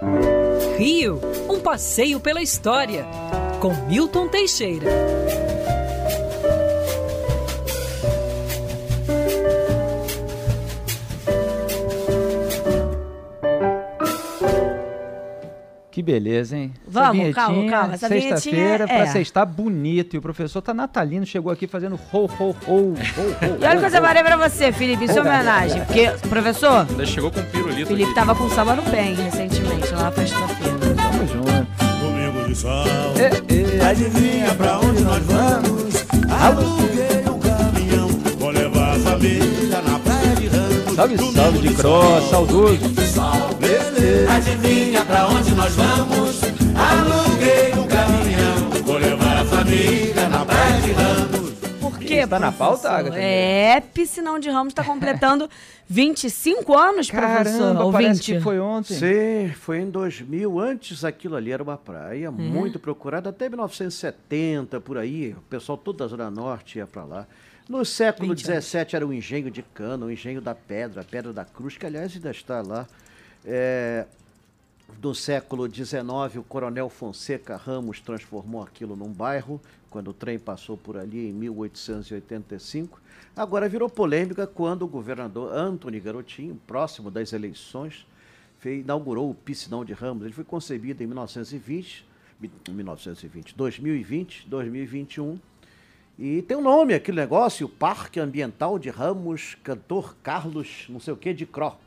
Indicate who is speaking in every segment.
Speaker 1: Rio, um passeio pela história, com Milton Teixeira.
Speaker 2: Que beleza, hein?
Speaker 3: Vamos, calma. Essa
Speaker 2: sexta-feira pra sextar bonito. E o professor tá natalino, chegou aqui fazendo ho.
Speaker 3: E olha o que eu separei pra você, Felipe, em sua homenagem. Porque, professor,
Speaker 4: ainda chegou com pirulito.
Speaker 3: Felipe tava com samba no pé, hein, recentemente, lá na festa da feira.
Speaker 2: Tamo junto.
Speaker 5: Domingo de sol, adivinha pra onde nós vamos? Aluguei um caminhão, vou levar a família na praia de Ramos.
Speaker 2: Salve de Cross, saudoso.
Speaker 5: Adivinha pra onde nós vamos? Aluguei um caminhão, vou levar a família na praia de Ramos.
Speaker 3: Por quê,
Speaker 2: tá na pauta, Agatha?
Speaker 3: Piscinão de Ramos tá completando 25 anos, professor.
Speaker 2: Caramba, parece que foi ontem.
Speaker 6: Sim, foi em 2000. Antes aquilo ali era uma praia muito procurada, até 1970, por aí. O pessoal todo da Zona Norte ia pra lá. No século XVII era o engenho de cana, o engenho da pedra, a Pedra da Cruz, que aliás ainda está lá. No século XIX, o Coronel Fonseca Ramos transformou aquilo num bairro, quando o trem passou por ali em 1885. Agora virou polêmica quando o governador Antony Garotinho, próximo das eleições, inaugurou o Piscinão de Ramos. Ele foi concebido em 2021, e tem um nome aquele negócio, o Parque Ambiental de Ramos, Cantor Carlos, não sei o que, de Cro.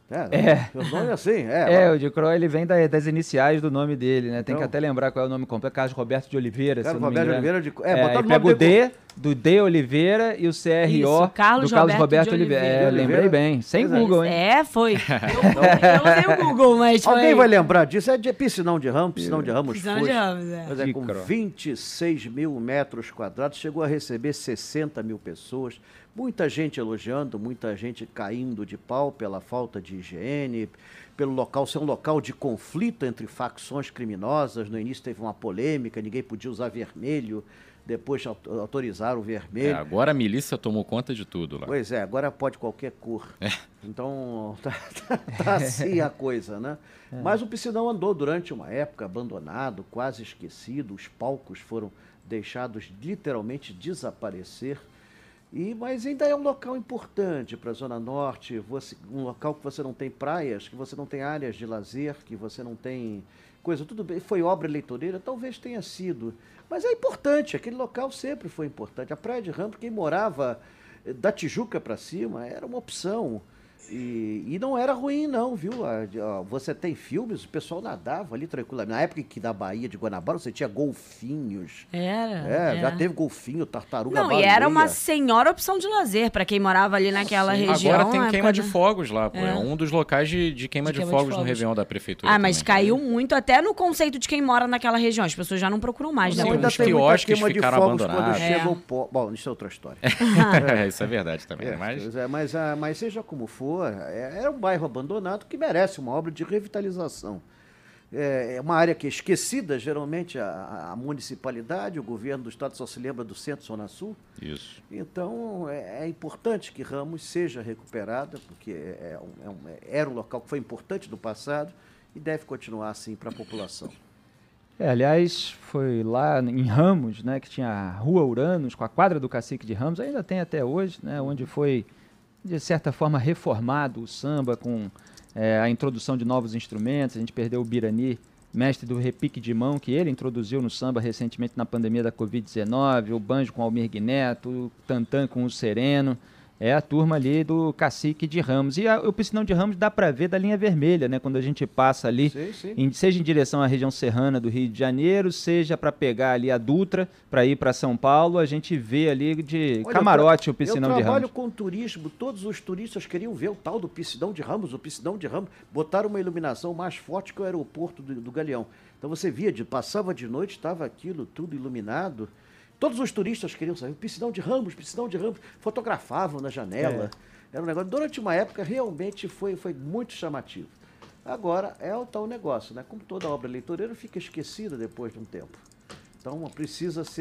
Speaker 6: O nome é assim.
Speaker 2: O de Cro, ele vem das iniciais do nome dele, né? Tem que até lembrar qual é o nome completo. Carlos Roberto de Oliveira,
Speaker 6: Carlos Roberto de Oliveira.
Speaker 2: Pega o D do D Oliveira e o CRO do Carlos Roberto de Oliveira. Lembrei bem. Sem Google, hein?
Speaker 3: Foi. Eu não tenho o Google, mas foi.
Speaker 6: Alguém vai lembrar disso? É de Piscinão de Ramos, Piscinão de Ramos
Speaker 3: Piscinão de Ramos,
Speaker 6: Mas com 26 mil metros quadrados, chegou a receber 60 mil pessoas. Muita gente elogiando, muita gente caindo de pau pela falta de higiene, pelo local ser um local de conflito entre facções criminosas. No início teve uma polêmica, ninguém podia usar vermelho, depois autorizaram o vermelho.
Speaker 4: Agora a milícia tomou conta de tudo lá.
Speaker 6: Pois é, agora pode qualquer cor. Então tá assim a coisa, né? Mas o Piscinão andou durante uma época abandonado, quase esquecido, os palcos foram deixados literalmente desaparecer. Mas ainda é um local importante para a Zona Norte, um local que você não tem praias, que você não tem áreas de lazer, que você não tem coisa. Tudo bem, foi obra eleitoreira, talvez tenha sido, mas é importante, aquele local sempre foi importante. A Praia de Ramos, quem morava da Tijuca para cima, era uma opção. E não era ruim não, viu? Você tem filmes, o pessoal nadava ali tranquilamente. Na época que da Bahia de Guanabara você tinha golfinhos. Já teve golfinho, tartaruga baleia.
Speaker 3: E era uma senhora opção de lazer para quem morava ali naquela região.
Speaker 4: Agora tem queima de fogos lá, pô. É um dos locais de queima de fogos no Réveillon da prefeitura.
Speaker 3: Mas caiu muito até no conceito de quem mora naquela região. As pessoas já não procuram mais, né?
Speaker 4: Os quiosques ficaram abandonados.
Speaker 6: Bom, isso é outra história.
Speaker 4: Isso é verdade também.
Speaker 6: Mas seja como for, era um bairro abandonado que merece uma obra de revitalização. É uma área que é esquecida, geralmente a municipalidade, o governo do estado só se lembra do Centro-Zona Sul.
Speaker 4: Isso.
Speaker 6: Então é importante que Ramos seja recuperada, porque era um local que foi importante no passado e deve continuar assim para a população.
Speaker 2: Aliás, foi lá em Ramos, né, que tinha a Rua Uranos, com a quadra do Cacique de Ramos, ainda tem até hoje, né, onde foi, de certa forma, reformado o samba com a introdução de novos instrumentos. A gente perdeu o Birani, mestre do repique de mão, que ele introduziu no samba recentemente na pandemia da Covid-19, o banjo com Almir Neto, o tantã com o Sereno. É a turma ali do Cacique de Ramos. E o Piscinão de Ramos dá para ver da linha vermelha, né? Quando a gente passa ali, seja em direção à região serrana do Rio de Janeiro, seja para pegar ali a Dutra, para ir para São Paulo, a gente vê ali de camarote o Piscinão de Ramos.
Speaker 6: Eu trabalho com turismo, todos os turistas queriam ver o tal do Piscinão de Ramos, o Piscinão de Ramos. Botaram uma iluminação mais forte que o aeroporto do Galeão. Então você via, passava de noite, estava aquilo tudo iluminado. Todos os turistas queriam saber, Piscinão de Ramos, fotografavam na janela. Era um negócio, durante uma época, realmente foi muito chamativo. Agora, é o tal negócio, né? Como toda obra eleitoreira, fica esquecida depois de um tempo. Então, precisa ser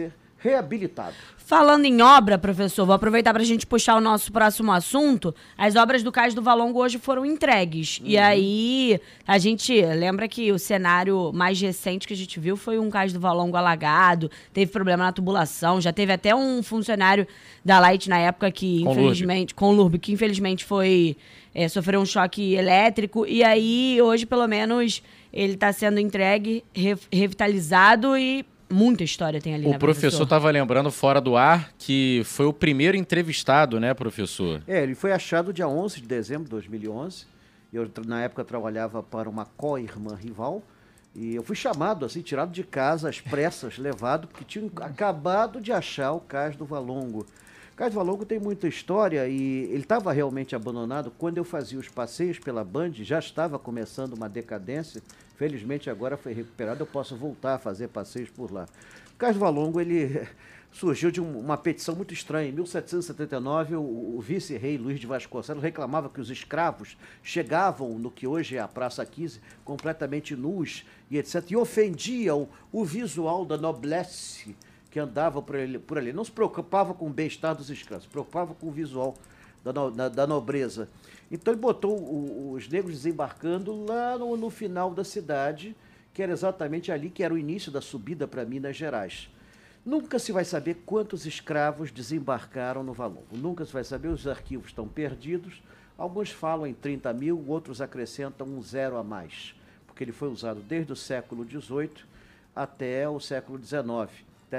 Speaker 6: reabilitado.
Speaker 3: Falando em obra, professor, vou aproveitar para a gente puxar o nosso próximo assunto. As obras do Cais do Valongo hoje foram entregues. E aí, a gente lembra que o cenário mais recente que a gente viu foi um Cais do Valongo alagado, teve problema na tubulação, já teve até um funcionário da Light na época que, infelizmente, com Lurbe, que infelizmente foi sofreu um choque elétrico. E aí, hoje, pelo menos, ele está sendo entregue, revitalizado e muita história tem ali,
Speaker 4: O professor estava lembrando fora do ar que foi o primeiro entrevistado, né, professor?
Speaker 6: Ele foi achado dia 11 de dezembro de 2011. Eu, na época, trabalhava para uma co-irmã rival. E eu fui chamado, assim, tirado de casa, às pressas, levado, porque tinham acabado de achar o Cais do Valongo. O Cais do Valongo tem muita história e ele estava realmente abandonado. Quando eu fazia os passeios pela Band, já estava começando uma decadência. Felizmente agora foi recuperado, eu posso voltar a fazer passeios por lá. O Cais do Valongo, ele surgiu de uma petição muito estranha. Em 1779, o vice-rei Luís de Vasconcelos reclamava que os escravos chegavam no que hoje é a Praça 15, completamente nus e etc. E ofendiam o visual da noblesse que andava por ali. Não se preocupava com o bem-estar dos escravos, se preocupava com o visual da nobreza. Então ele botou os negros desembarcando lá no final da cidade, que era exatamente ali que era o início da subida para Minas Gerais. Nunca se vai saber quantos escravos desembarcaram no Valongo. Nunca se vai saber, os arquivos estão perdidos. Alguns falam em 30 mil, outros acrescentam um zero a mais, porque ele foi usado desde o século XVIII até o século XIX, até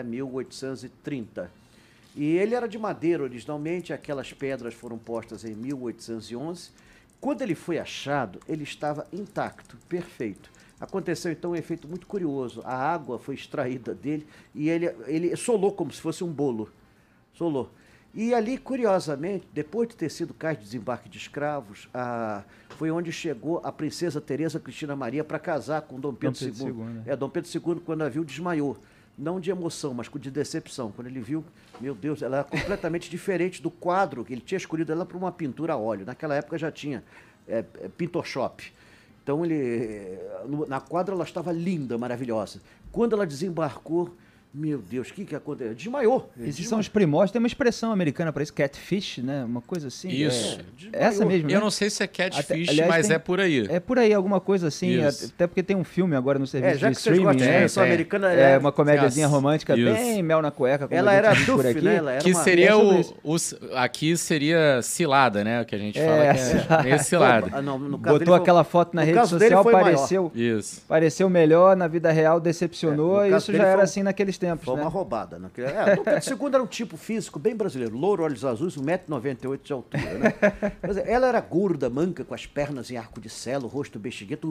Speaker 6: 1830. E ele era de madeira originalmente, aquelas pedras foram postas em 1811. Quando ele foi achado, ele estava intacto, perfeito. Aconteceu então um efeito muito curioso. A água foi extraída dele e ele solou como se fosse um bolo. Solou. E ali, curiosamente, depois de ter sido cais de desembarque de escravos, foi onde chegou a princesa Teresa Cristina Maria para casar com Dom Pedro II. Dom Pedro II, quando a viu, desmaiou. Não de emoção, mas de decepção. Quando ele viu, meu Deus, ela era completamente diferente do quadro, que ele tinha escolhido ela para uma pintura a óleo. Naquela época já tinha pintor shop. Então, na quadra ela estava linda, maravilhosa. Quando ela desembarcou, meu Deus, o que aconteceu? Desmaiou.
Speaker 2: Esses são os primórdios. Tem uma expressão americana para isso, catfish, né? Uma coisa assim.
Speaker 4: Isso.
Speaker 2: Essa mesmo, né?
Speaker 4: Eu não sei se é catfish, mas é por aí.
Speaker 2: É por aí, alguma coisa assim. Até porque tem um filme agora no serviço
Speaker 6: já
Speaker 2: de
Speaker 6: que vocês
Speaker 2: streaming.
Speaker 6: Gostam, americana
Speaker 2: é uma comédiazinha romântica, bem mel na cueca. Como
Speaker 6: ela era
Speaker 2: por aqui.
Speaker 6: Né? Ela era
Speaker 4: que seria aqui seria cilada, né? O que a gente fala que é cilada.
Speaker 2: Botou aquela foto na rede social, pareceu melhor, na vida real decepcionou, e isso já era assim naqueles tempos.
Speaker 6: Foi uma roubada. Dom Pedro II era um tipo físico bem brasileiro, louro, olhos azuis, 1,98 m de altura, né? Mas ela era gorda, manca, com as pernas em arco de selo, rosto bexiguento,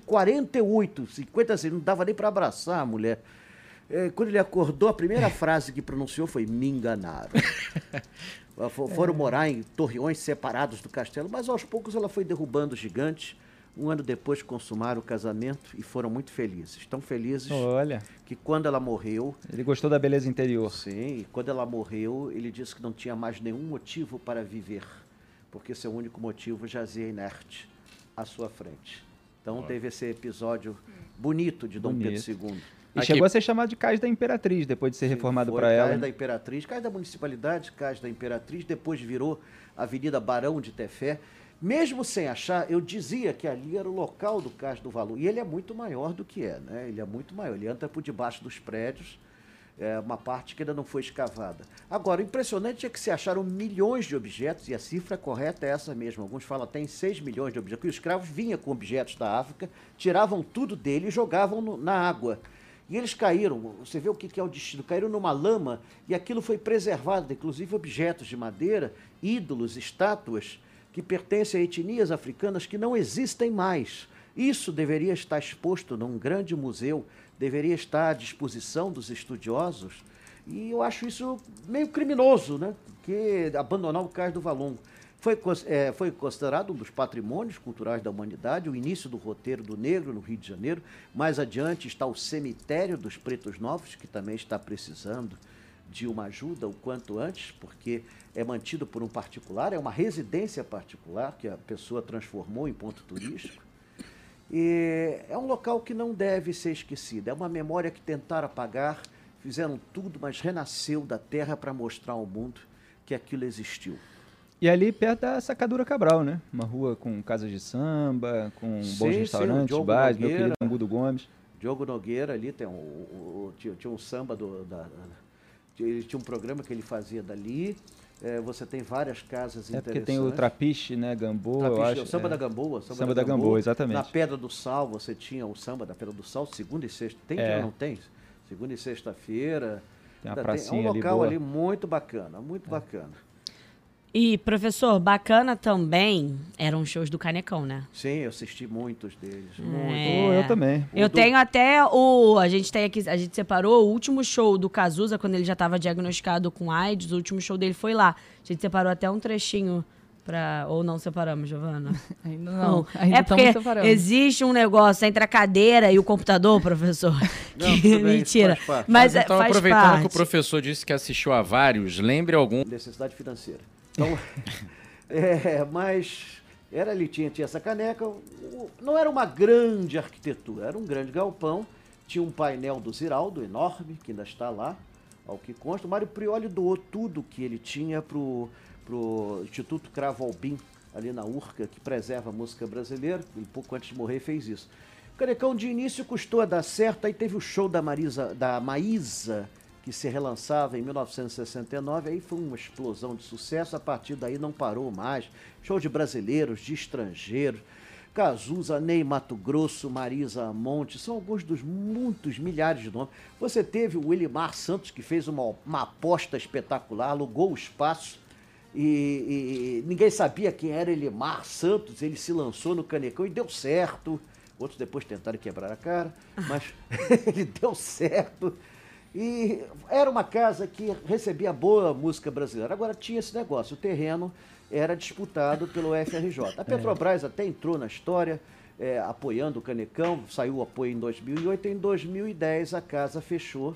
Speaker 6: 1,48 m, 50 assim, não dava nem para abraçar a mulher. Quando ele acordou, a primeira frase que pronunciou foi: me enganaram. Foram morar em torreões separados do castelo, mas aos poucos ela foi derrubando os gigantes. Um ano depois consumaram o casamento e foram muito felizes. Tão felizes que quando ela morreu...
Speaker 2: Ele gostou da beleza interior.
Speaker 6: Sim, e quando ela morreu, ele disse que não tinha mais nenhum motivo para viver, porque seu único motivo jazia inerte à sua frente. Então teve esse episódio bonito de Dom Pedro II.
Speaker 2: E chegou a ser chamado de Cais da Imperatriz, depois de ser reformado para ela.
Speaker 6: Cais da Imperatriz, Cais da Municipalidade, Cais da Imperatriz, depois virou Avenida Barão de Tefé. Mesmo sem achar, eu dizia que ali era o local do Cais do Valongo. E ele é muito maior do que né? Ele é muito maior. Ele entra por debaixo dos prédios, uma parte que ainda não foi escavada. Agora, o impressionante é que se acharam milhões de objetos, e a cifra correta é essa mesmo. Alguns falam até em 6 milhões de objetos. Que os escravos vinham com objetos da África, tiravam tudo dele e jogavam na água. E eles caíram, você vê o que é o destino, caíram numa lama e aquilo foi preservado, inclusive objetos de madeira, ídolos, estátuas, que pertencem a etnias africanas que não existem mais. Isso deveria estar exposto num grande museu, deveria estar à disposição dos estudiosos, e eu acho isso meio criminoso, né? Que abandonar o Cais do Valongo. Foi considerado um dos patrimônios culturais da humanidade, o início do roteiro do negro no Rio de Janeiro. Mais adiante está o cemitério dos Pretos Novos, que também está precisando de uma ajuda o quanto antes, porque é mantido por um particular, é uma residência particular que a pessoa transformou em ponto turístico. E é um local que não deve ser esquecido, é uma memória que tentaram apagar, fizeram tudo, mas renasceu da terra para mostrar ao mundo que aquilo existiu.
Speaker 2: E ali perto da Sacadura Cabral, né? Uma rua com casas de samba, com bons restaurantes, bares, meu querido Ambudo Gomes.
Speaker 6: Diogo Nogueira ali tem tinha um samba ele tinha um programa que ele fazia dali. Você tem várias casas interessantes.
Speaker 2: Porque tem o Trapiche, né? Gamboa, eu acho.
Speaker 6: O samba da Gamboa.
Speaker 2: Samba da Gamboa, exatamente.
Speaker 6: Na Pedra do Sal, você tinha o samba da Pedra do Sal, segunda e sexta. Tem dia ou não tem? Segunda e sexta-feira.
Speaker 2: Tem uma pracinha
Speaker 6: é um local
Speaker 2: ali
Speaker 6: muito bacana, muito bacana.
Speaker 3: E, professor, bacana também eram shows do Canecão, né?
Speaker 6: Sim, eu assisti muitos deles.
Speaker 2: Eu também.
Speaker 3: Eu tenho até a gente separou o último show do Cazuza, quando ele já estava diagnosticado com AIDS, o último show dele foi lá. A gente separou até um trechinho ou não separamos, Giovana?
Speaker 7: Ainda não. Ainda
Speaker 3: porque
Speaker 7: separando.
Speaker 3: Existe um negócio entre a cadeira e o computador, professor.
Speaker 6: Não, tudo bem,
Speaker 3: mentira.
Speaker 6: faz parte.
Speaker 3: Mas
Speaker 4: então,
Speaker 3: faz
Speaker 4: aproveitando
Speaker 3: parte.
Speaker 4: que o professor disse que assistiu a vários, lembre algum.
Speaker 6: Necessidade financeira. Então, mas ele tinha essa caneca, não era uma grande arquitetura, era um grande galpão, tinha um painel do Ziraldo enorme, que ainda está lá, ao que consta. O Mário Prioli doou tudo que ele tinha pro Instituto Cravo Albim, ali na Urca, que preserva a música brasileira. Ele, pouco antes de morrer, fez isso. O Canecão, de início, custou a dar certo. Aí teve o show da Maísa, que se relançava em 1969. Aí foi uma explosão de sucesso. A partir daí não parou mais. Show de brasileiros, de estrangeiros. Cazuza, Ney Matogrosso, Marisa Monte, são alguns dos muitos milhares de nomes. Você teve o Elimar Santos, que fez uma aposta espetacular, alugou o espaço e ninguém sabia quem era Elimar Santos. Ele se lançou no Canecão e deu certo. Outros depois tentaram quebrar a cara, mas ele deu certo. E era uma casa que recebia boa música brasileira. Agora tinha esse negócio, o terreno era disputado pelo FRJ. A Petrobras até entrou na história, apoiando o Canecão, saiu o apoio em 2008, em 2010 a casa fechou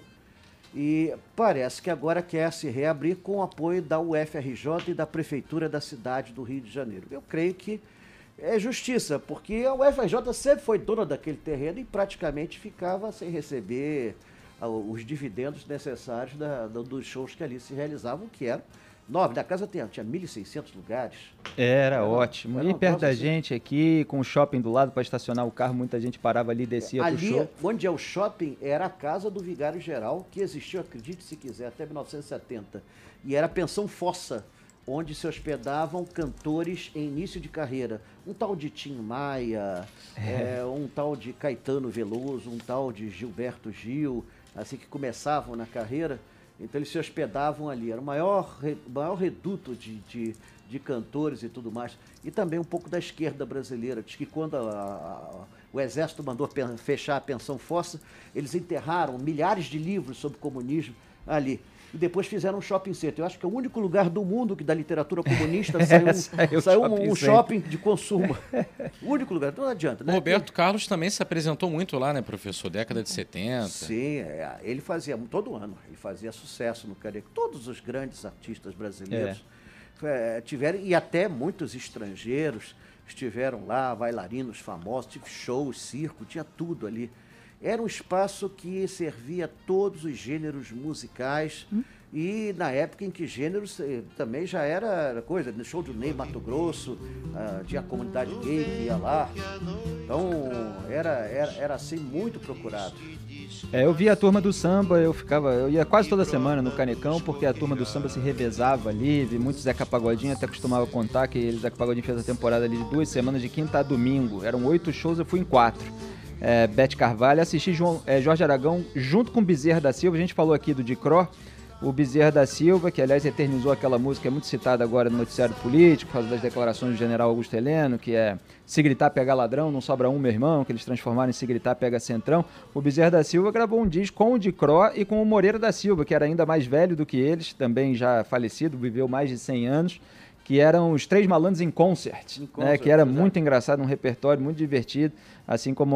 Speaker 6: e parece que agora quer se reabrir com o apoio da UFRJ e da Prefeitura da cidade do Rio de Janeiro. Eu creio que é justiça, porque a UFRJ sempre foi dona daquele terreno e praticamente ficava sem receber os dividendos necessários dos shows que ali se realizavam, que eram enorme. Da casa tinha 1.600 lugares.
Speaker 2: Era ótimo. E perto da gente aqui, com o shopping do lado para estacionar o carro, muita gente parava ali e descia pro show.
Speaker 6: Ali, onde é o shopping, era a casa do vigário geral, que existiu, acredite se quiser, até 1970. E era a pensão fossa, onde se hospedavam cantores em início de carreira. Um tal de Tim Maia, um tal de Caetano Veloso, um tal de Gilberto Gil, assim que começavam na carreira. Então eles se hospedavam ali, era o maior reduto de cantores e tudo mais. E também um pouco da esquerda brasileira. Diz que quando o Exército mandou fechar a pensão fossa, eles enterraram milhares de livros sobre comunismo ali. E depois fizeram um shopping center. Eu acho que é o único lugar do mundo que da literatura comunista saiu um shopping de consumo. O único lugar, então não adianta, né?
Speaker 4: O Roberto Carlos também se apresentou muito lá, né, professor? Década de 70.
Speaker 6: Sim, ele fazia todo ano, ele fazia sucesso no Canecão. Todos os grandes artistas brasileiros tiveram, e até muitos estrangeiros estiveram lá, bailarinos famosos, tive shows, circo, tinha tudo ali. Era um espaço que servia a todos os gêneros musicais e na época em que gêneros também já era coisa, no show do Ney Matogrosso, tinha a comunidade gay que ia lá, então era assim muito procurado.
Speaker 2: Eu via a turma do samba, eu ia quase toda semana no Canecão, porque a turma do samba se revezava ali, vi muito Zeca Pagodinho, até costumava contar que Zeca Pagodinho fez a temporada ali de 2 semanas, de quinta a domingo, eram 8 shows, eu fui em 4. Bete Carvalho, assisti Jorge Aragão junto com Bezerra da Silva. A gente falou aqui do Dicró, o Bezerra da Silva, que aliás eternizou aquela música, é muito citada agora no noticiário político, por causa das declarações do general Augusto Heleno, que é se gritar pega ladrão, não sobra um, meu irmão, que eles transformaram em se gritar pega centrão. O Bezerra da Silva gravou um disco com o Dicró e com o Moreira da Silva, que era ainda mais velho do que eles, também já falecido, viveu mais de 100 anos, que eram os Três Malandros em Concert, né, que era muito engraçado, um repertório muito divertido, assim como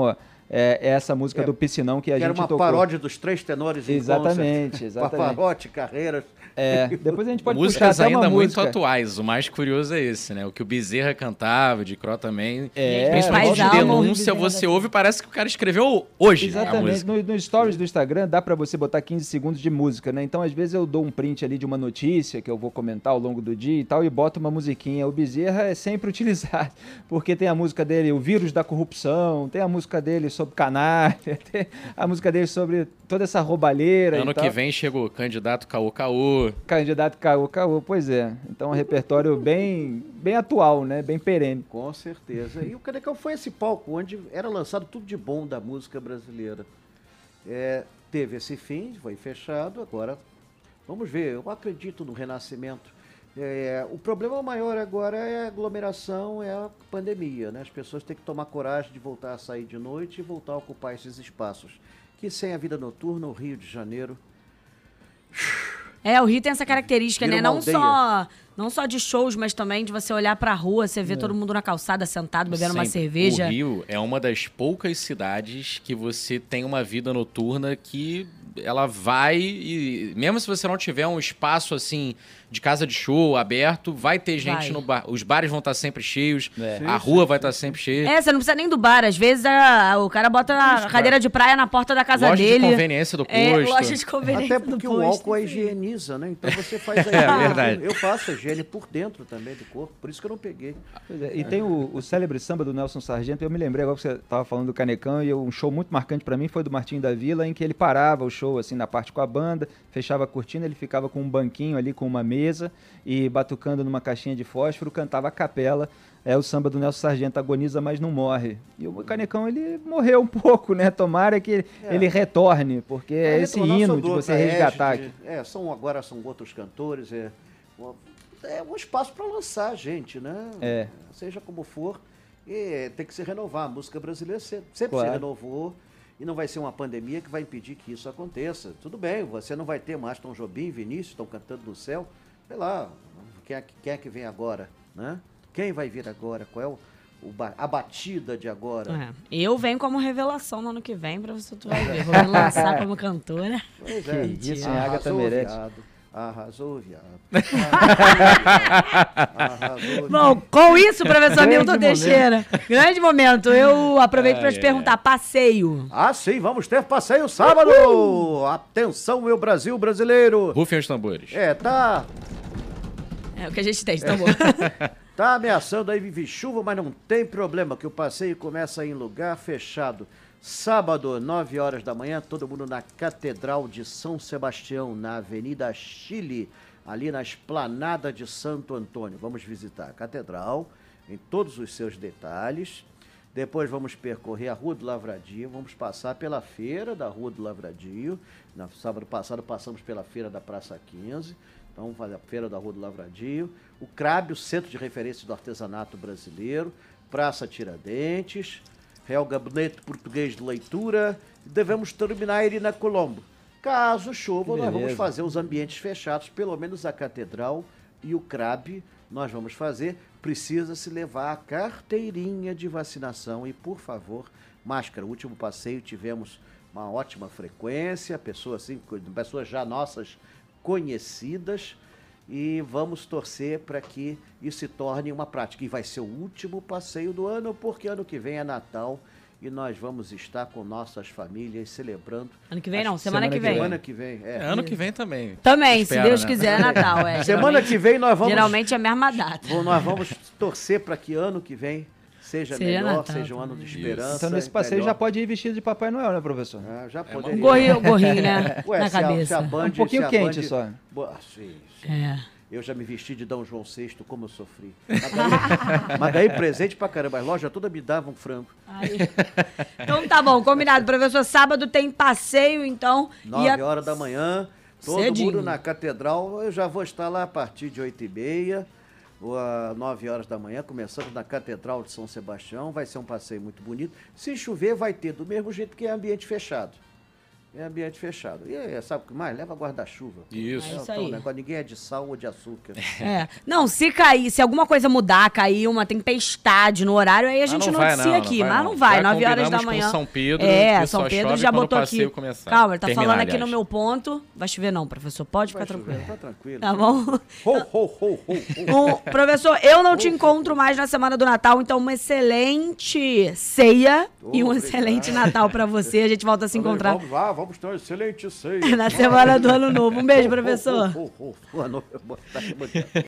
Speaker 2: essa música do Piscinão que a
Speaker 6: Que
Speaker 2: gente
Speaker 6: era uma
Speaker 2: tocou.
Speaker 6: paródia dos Três Tenores em
Speaker 2: Exatamente,
Speaker 6: Concert.
Speaker 2: exatamente.
Speaker 6: Pavarotti, Carreiras.
Speaker 2: Depois a gente pode
Speaker 4: Músicas
Speaker 2: puxar até uma
Speaker 4: ainda muito
Speaker 2: música.
Speaker 4: atuais. O mais curioso é esse, né? O que o Bezerra cantava, de Cro também.
Speaker 3: Mas
Speaker 4: Principalmente de
Speaker 3: amam o
Speaker 4: denúncia,
Speaker 3: Bezerra
Speaker 4: você
Speaker 3: da
Speaker 4: ouve e parece que o cara escreveu hoje a
Speaker 2: Exatamente.
Speaker 4: música.
Speaker 2: No stories do Instagram dá pra você botar 15 segundos de música, né? Então, às vezes eu dou um print ali de uma notícia que eu vou comentar ao longo do dia e tal, e boto uma musiquinha. O Bezerra é sempre utilizado, porque tem a música dele, O Vírus da Corrupção, tem a música dele sobre canalha, tem a música dele sobre toda essa roubalheira
Speaker 4: Ano
Speaker 2: e tal.
Speaker 4: que vem chega o candidato Caô.
Speaker 2: Candidato Caô, pois é. Então, um repertório bem atual, né? Bem perene.
Speaker 6: Com certeza. E o Canecão foi esse palco onde era lançado tudo de bom da música brasileira. Teve esse fim, foi fechado, agora vamos ver. Eu acredito no renascimento. O problema maior agora é a aglomeração, é a pandemia, né? As pessoas têm que tomar coragem de voltar a sair de noite e voltar a ocupar esses espaços. Que sem a vida noturna, o Rio de Janeiro...
Speaker 3: O Rio tem essa característica,
Speaker 6: Vira
Speaker 3: né?
Speaker 6: uma
Speaker 3: Não só de shows, mas também de você olhar pra rua, você vê todo mundo na calçada, sentado, bebendo uma
Speaker 4: Sempre.
Speaker 3: cerveja.
Speaker 4: O Rio é uma das poucas cidades que você tem uma vida noturna que ela vai e mesmo se você não tiver um espaço assim de casa de show aberto, vai ter gente
Speaker 3: Vai.
Speaker 4: no bar. Os bares vão estar sempre cheios,
Speaker 2: É.
Speaker 4: a rua vai estar sempre cheia.
Speaker 3: Você não precisa nem do bar. Às vezes o cara bota a cadeira de praia na porta da casa
Speaker 4: Loja
Speaker 3: dele.
Speaker 4: de conveniência do posto.
Speaker 3: Loja de conveniência
Speaker 6: Até porque
Speaker 3: do
Speaker 6: o
Speaker 3: posto,
Speaker 6: álcool
Speaker 3: sim.
Speaker 6: higieniza, né? Então você faz a
Speaker 4: verdade.
Speaker 6: Eu faço a higiene por dentro também do corpo, por isso que eu não peguei.
Speaker 2: Pois é, e tem o célebre samba do Nelson Sargento. Eu me lembrei agora que você estava falando do Canecão, e um show muito marcante para mim foi do Martinho da Vila, em que ele parava o show assim na parte com a banda, fechava a cortina, ele ficava com um banquinho ali com uma mesa e batucando numa caixinha de fósforo, cantava a capela. O samba do Nelson Sargento, Agoniza, mas não morre. E o Canecão, ele morreu um pouco, né? Tomara que ele retorne, porque é esse
Speaker 6: retornar,
Speaker 2: hino de
Speaker 6: sobrou
Speaker 2: você
Speaker 6: pra
Speaker 2: resgatar
Speaker 6: Égide,
Speaker 2: aqui.
Speaker 6: Agora são outros cantores, é um espaço para lançar gente, né? Seja como for, tem que se renovar. A música brasileira sempre
Speaker 2: Claro.
Speaker 6: se renovou e não vai ser uma pandemia que vai impedir que isso aconteça. Tudo bem, você não vai ter mais Tom Jobim e Vinícius, estão cantando no céu. Sei lá, quem é que vem agora, né? Quem vai vir agora? Qual é a batida de agora?
Speaker 3: Eu venho como revelação no ano que vem, pra você tu vai ver. Vou me lançar como cantora.
Speaker 6: Pois
Speaker 2: Que isso, hein, Agatha
Speaker 6: Arrasou,
Speaker 2: Meirelles.
Speaker 6: viado. Arrasou, viado.
Speaker 3: Bom, com isso, professor
Speaker 2: Grande
Speaker 3: Milton
Speaker 2: momento.
Speaker 3: Teixeira. Grande momento. Eu aproveito para te perguntar, passeio.
Speaker 6: Sim, vamos ter passeio sábado! Atenção, meu Brasil brasileiro!
Speaker 4: Rufem os tambores.
Speaker 6: Tá
Speaker 3: É o que a gente tem, tá bom.
Speaker 6: ameaçando aí vir chuva, mas não tem problema, que o passeio começa em lugar fechado. Sábado, 9 horas da manhã, todo mundo na Catedral de São Sebastião, na Avenida Chile, ali na Esplanada de Santo Antônio. Vamos visitar a Catedral em todos os seus detalhes. Depois vamos percorrer a Rua do Lavradio, vamos passar pela feira da Rua do Lavradio. No sábado passado passamos pela feira da Praça 15, então vamos fazer a feira da Rua do Lavradio. O CRAB, o Centro de Referência do Artesanato Brasileiro, Praça Tiradentes, Real Gabinete Português de Leitura, e devemos terminar ele na Colombo. Caso chova, nós vamos fazer os ambientes fechados, pelo menos a Catedral e o CRAB nós vamos fazer. Precisa-se levar a carteirinha de vacinação e, por favor, máscara. O último passeio tivemos uma ótima frequência, pessoas já nossas conhecidas, e vamos torcer para que isso se torne uma prática. E vai ser o último passeio do ano, porque ano que vem é Natal e nós vamos estar com nossas famílias celebrando.
Speaker 3: Ano que vem não, semana que vem.
Speaker 6: Semana que vem,
Speaker 4: Ano que vem também.
Speaker 3: Também,
Speaker 4: Espera,
Speaker 3: se Deus
Speaker 4: né?
Speaker 3: quiser, é Natal.
Speaker 6: Semana
Speaker 3: Geralmente-
Speaker 6: que vem nós vamos...
Speaker 3: Geralmente é a mesma data.
Speaker 6: Nós vamos torcer para que ano que vem seja
Speaker 3: Seja
Speaker 6: melhor,
Speaker 3: Natal
Speaker 6: seja um ano de
Speaker 4: Isso.
Speaker 6: esperança.
Speaker 2: Então, nesse passeio
Speaker 6: melhor.
Speaker 2: já pode ir vestido de Papai Noel, né, professor?
Speaker 6: Já
Speaker 4: uma
Speaker 6: poderia.
Speaker 3: O gorrinho, né?
Speaker 6: Ué,
Speaker 3: na
Speaker 6: se a
Speaker 3: cabeça.
Speaker 6: Band,
Speaker 2: Um pouquinho
Speaker 6: se a
Speaker 2: quente
Speaker 6: Band-
Speaker 2: só.
Speaker 6: Sim.
Speaker 3: É.
Speaker 6: Eu já me vesti de D. João VI, como eu sofri. Mas daí presente pra caramba. A loja toda me dava um frango.
Speaker 3: Aí. Então tá bom, combinado. Professor, sábado tem passeio, então.
Speaker 6: 9 horas da manhã, todo
Speaker 3: Cedinho.
Speaker 6: mundo na Catedral. Eu já vou estar lá a partir de 8h30, ou às 9 horas da manhã, começando na Catedral de São Sebastião. Vai ser um passeio muito bonito. Se chover, vai ter, do mesmo jeito que é ambiente fechado. É ambiente fechado. E aí, sabe o que mais? Leva guarda-chuva.
Speaker 4: Isso.
Speaker 3: É isso
Speaker 6: Então,
Speaker 3: aí.
Speaker 6: negócio, ninguém é de sal ou de açúcar.
Speaker 3: É. Não, se cair, se alguma coisa mudar, cair uma tempestade no horário, aí a gente
Speaker 4: não vai,
Speaker 3: noticia
Speaker 4: não,
Speaker 3: aqui.
Speaker 4: não vai,
Speaker 3: mas
Speaker 4: não.
Speaker 3: não vai,
Speaker 4: Já
Speaker 3: 9 horas da
Speaker 4: combinamos com
Speaker 3: manhã.
Speaker 4: São Pedro,
Speaker 3: É,
Speaker 4: que
Speaker 3: São
Speaker 4: só
Speaker 3: Pedro
Speaker 4: chove
Speaker 3: já
Speaker 4: quando o
Speaker 3: botou aqui.
Speaker 4: passeio começar.
Speaker 3: Calma, ele tá
Speaker 4: Terminar,
Speaker 3: falando aqui
Speaker 4: aliás.
Speaker 3: no meu ponto. Vai chover não, professor. Pode ficar
Speaker 6: Vai chover,
Speaker 3: tranquilo.
Speaker 6: Tá tranquilo.
Speaker 3: Tá bom?
Speaker 6: Ho, ho, ho, ho, ho.
Speaker 3: Professor, eu não te encontro mais na semana do Natal, então uma excelente ceia e um
Speaker 6: Obrigado.
Speaker 3: excelente Natal pra você. A gente volta a se encontrar
Speaker 6: Vamos lá, vamos ter uma excelente ceia.
Speaker 3: na semana do Ano Novo. Um beijo, professor.
Speaker 6: Boa noite, boa tarde, bom dia.